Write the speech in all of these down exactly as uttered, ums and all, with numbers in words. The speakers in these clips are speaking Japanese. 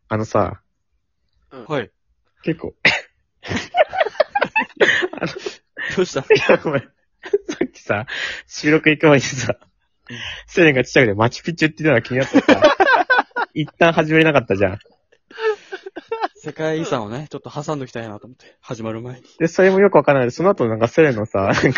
あのさ、 うん、 はい。 結構、あの、 どうした？ いや、ごめん。さっきさ、収録行く前にさ、 うん、 セレンがちっちゃくてマチュピチュって言ったのが気になってさ、一旦始めれなかったじゃん。 世界遺産をね、ちょっと挟んどきたいなと思って、始まる前に。 で、それもよくわからないで、その後なんかセレンのさ、なんか、だって、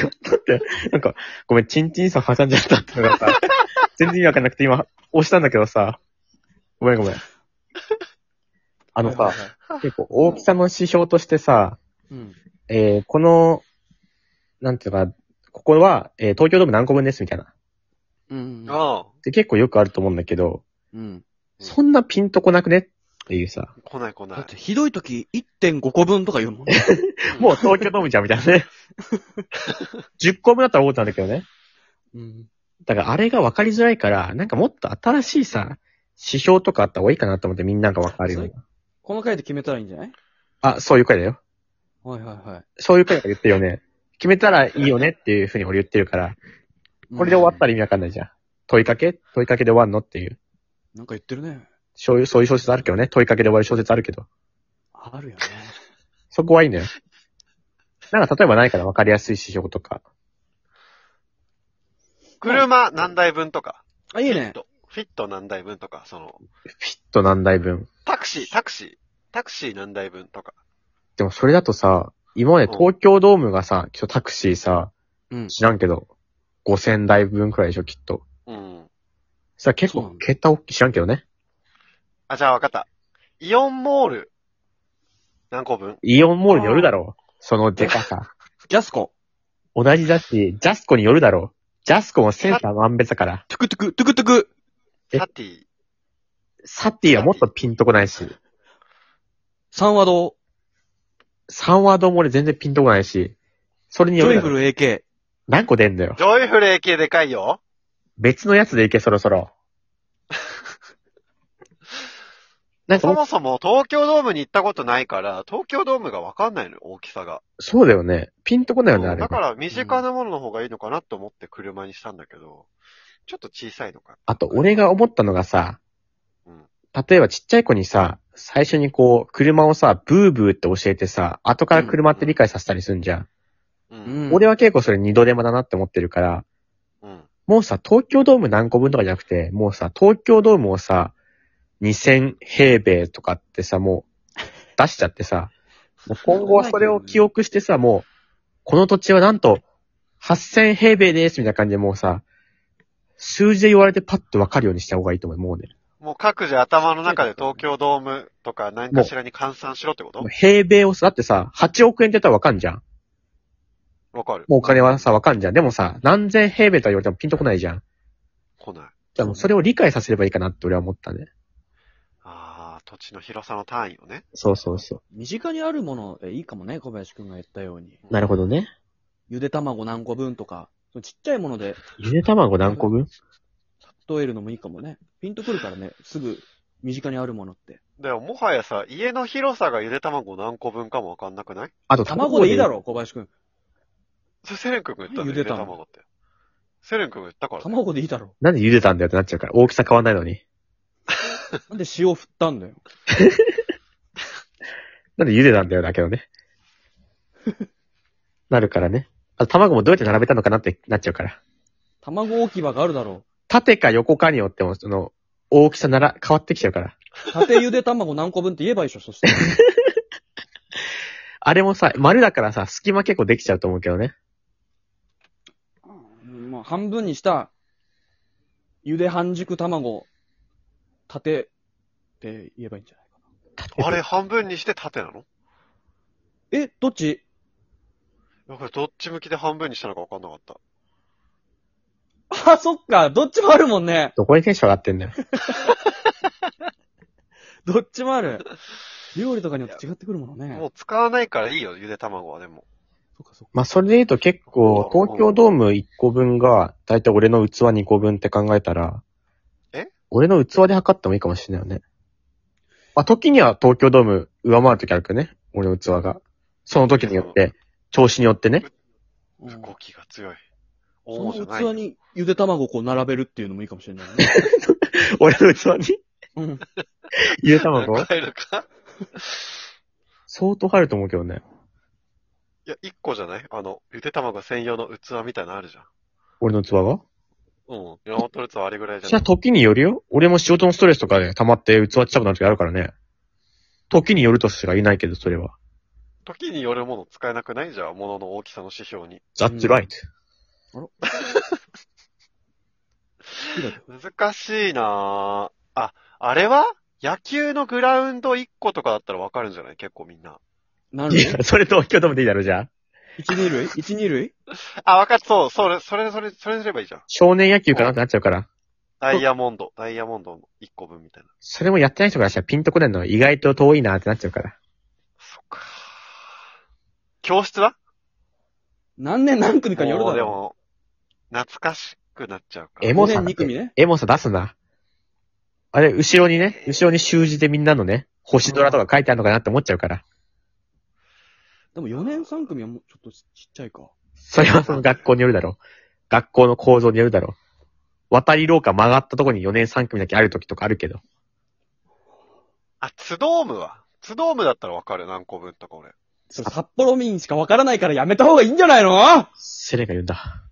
なんか、ごめん、チンチンさん挟んじゃったってのがさ、全然意味わかんなくて今、押したんだけどさ、ごめんごめん。あのさ、 はいはいはい、 結構大きさの指標としてさ、 うん。 えー、この、なんていうか、ここは、えー、東京ドーム何個分ですみたいな。 うん。 ああ。 で、結構よくあると思うんだけど、 うん。 そんなピンとこなくねっていうさ。 来ない来ない。 だってひどい時 いってんご 個分とか言うもんね。 もう東京ドームじゃんみたいなね。じゅっこぶだったら思ったんだけどね。 うん。 だからあれが分かりづらいから、なんかもっと新しいさ、指標とかあった方がいいかなと思ってみんなが分かるような。 この回で決めたらいいんじゃない？ あ、そういう回だよ。 はいはいはい。 そういう回が言ってるよね。決めたらいいよねっていうふうに俺言ってるから、これで終わったら意味わかんないじゃん。問いかけ問いかけで終わんのっていう。 なんか言ってるね。 そういう、そういう小説あるけどね。問いかけで終わる小説あるけど。 あるよね。 そこはいいんだよ。なんか例えばないから分かりやすい指標とか。 車何台分とか。 あ、いいね。 フィット。フィット何台分とか、その。 フィット何台分。 タクシー、タクシー。タクシー何台分とか。 でもそれだとさ、今まで東京ドームがさ、きっとタクシーさ、 うん。 知らんけど、ごせんだいぶんくらいでしょ、きっと。 うん。 さ、結構、 そうなんだ桁大きい知らんけどね。 あ、じゃあ分かった。イオンモール。何個分？ イオンモールによるだろう。そのデカさ。 ジャスコ。 同じだし、ジャスコによるだろう。ジャスコもセンサー万別だから。 トゥクトゥク、トゥクトゥク。 えサティ。 サティはもっとピンとこないし。 サンワド。 サンワードも俺全然ピンとこないし。それによるだろう。 ジョイフル エーケ何個出んだよ。 ジョイフル エーケー でかいよ。 別のやつでいけ、そろそろ。なんかもう、 そもそも東京ドームに行ったことないから、東京ドームが分かんないのよ、大きさが。 そうだよね。ピンとこないよね、あれ。 そうだから身近なものの方がいいのかなと思って車にしたんだけど、ちょっと小さいのか。 あと、俺が思ったのがさ、 うん例えばちっちゃい子にさ、最初にこう、車をさ、ブーブーって教えてさ、後から車って理解させたりすんじゃん。 う。 ー。うんん。 俺は結構それ二度手間だなって思ってるから、 うん。 もうさ、東京ドーム何個分とかじゃなくて、もうさ、東京ドームをさ、にせん平米とかってさ、もう出しちゃってさ、もう今後はそれを記憶してさ、もう、この土地はなんと、はっせん平米ですみたいな感じでもうさ、数字で言われてパッとわかるようにした方がいいと思う。もうね。 もう各自頭の中で東京ドームとか何かしらに換算しろってこともう平米をさ、だってさ、はちおく円って言ったらわかんじゃん。 わかる。 もうお金はさ、わかんじゃん。でもさ、何千平米とか言われてもピンとこないじゃん。 来ない。 じゃあもうそれを理解させればいいかなって俺は思ったね。 ああ、土地の広さの単位をね。 そうそうそ身近にあるものでいいかもね、小林くんが言ったように。 う。なるほどね。 ゆで卵何個分とか、そのちっちゃいものでゆで卵何個分例えるのもいいかもね。ピンとくるからね、すぐ身近にあるものって。 でももはやさ、家の広さがゆで卵何個分かもわかんなくない？ あと卵でいいだろ、小林くん。 それセレン君が言ったんだよ、ゆでゆで卵卵って。セレン君が言ったから、ね。 卵でいいだろ。 なんで茹でたんだよってなっちゃうから。大きさ変わんないのに。 なんで塩振ったんだよ。 なんで茹でたんだよだけどね。なるからね。あと卵もどうやって並べたのかなってなっちゃうから。 卵置き場があるだろ縦か横かによっても、その、大きさなら変わってきちゃうから。 う。縦ゆで卵何個分って言えばいいでしょ、そして。 あれもさ、丸だからさ、隙間結構できちゃうと思うけどね。 うんまあ、半分にした、ゆで半熟卵、縦って言えばいいんじゃないかな。 あれ半分にして縦なの？ え、どっち？ いや、これどっち向きで半分にしたのかわかんなかった。 あ、そっか、どっちもあるもんね。 どこにテンション上がってんだよ。 どっちもある。料理とかによって違ってくるものね。 もう使わないからいいよ、ゆで卵はでも。 そっかそっか。 まあ、それで言うと結構、東京ドームいっこぶんが、だいたい俺の器にこぶんって考えたら、 え俺の器で測ってもいいかもしれないよね。まあ、時には東京ドーム上回る時あるけどね。俺の器が。その時によって、調子によってね。 うん動きが強い。 そおーじゃないよ。 の器にゆで卵をこう並べるっていうのもいいかもしれないね。 俺の器にうん。 ゆで卵買えるか相当入ると思うけどね。 いや、一個じゃないあの、ゆで卵専用の器みたいなのあるじゃん。 俺の器がうん。山本の器あれぐらいじゃじゃあない時によるよ。俺も仕事のストレスとかで溜まって器ちっちゃくなる時あるからね。時によるとしか言えないけど、それは。 時によるもの使えなくないじゃん。物の大きさの指標に。 That's right. 好きだけど。 難しいなぁ。あ、あれは野球のグラウンドいっことかだったらわかるんじゃない結構みんな。 何類いや、それ東京ドームでいいだろ、じゃあ。 一、二類一、二類あ、わかった。そう、それ、それ、それ、それにすればいいじゃん。 少年野球かなってなっちゃうから。 ダイヤモンド。ダイヤモンドのいっこぶんみたいな。 それもやってない人からしたらピンとこないのは意外と遠いなってなっちゃうから。 そっか。教室は何年何組かによるだろもうでも、懐かしくなっちゃうかう。 エモさごねんに組ね。 エモさ出すな。あれ、後ろにね、後ろに習字でみんなのね、星空とか書いてあるのかなって思っちゃうから。 でもよねんさん組はもうちょっとちっちゃいか。 それはその学校によるだろう。学校の構造によるだろう。渡り廊下曲がったところによねんさん組だけある時とかあるけど。 あ、ツドームはツドームだったらわかる。何個分とか俺。 それ札幌民しかわからないからやめた方がいいんじゃないのセレが言うんだ。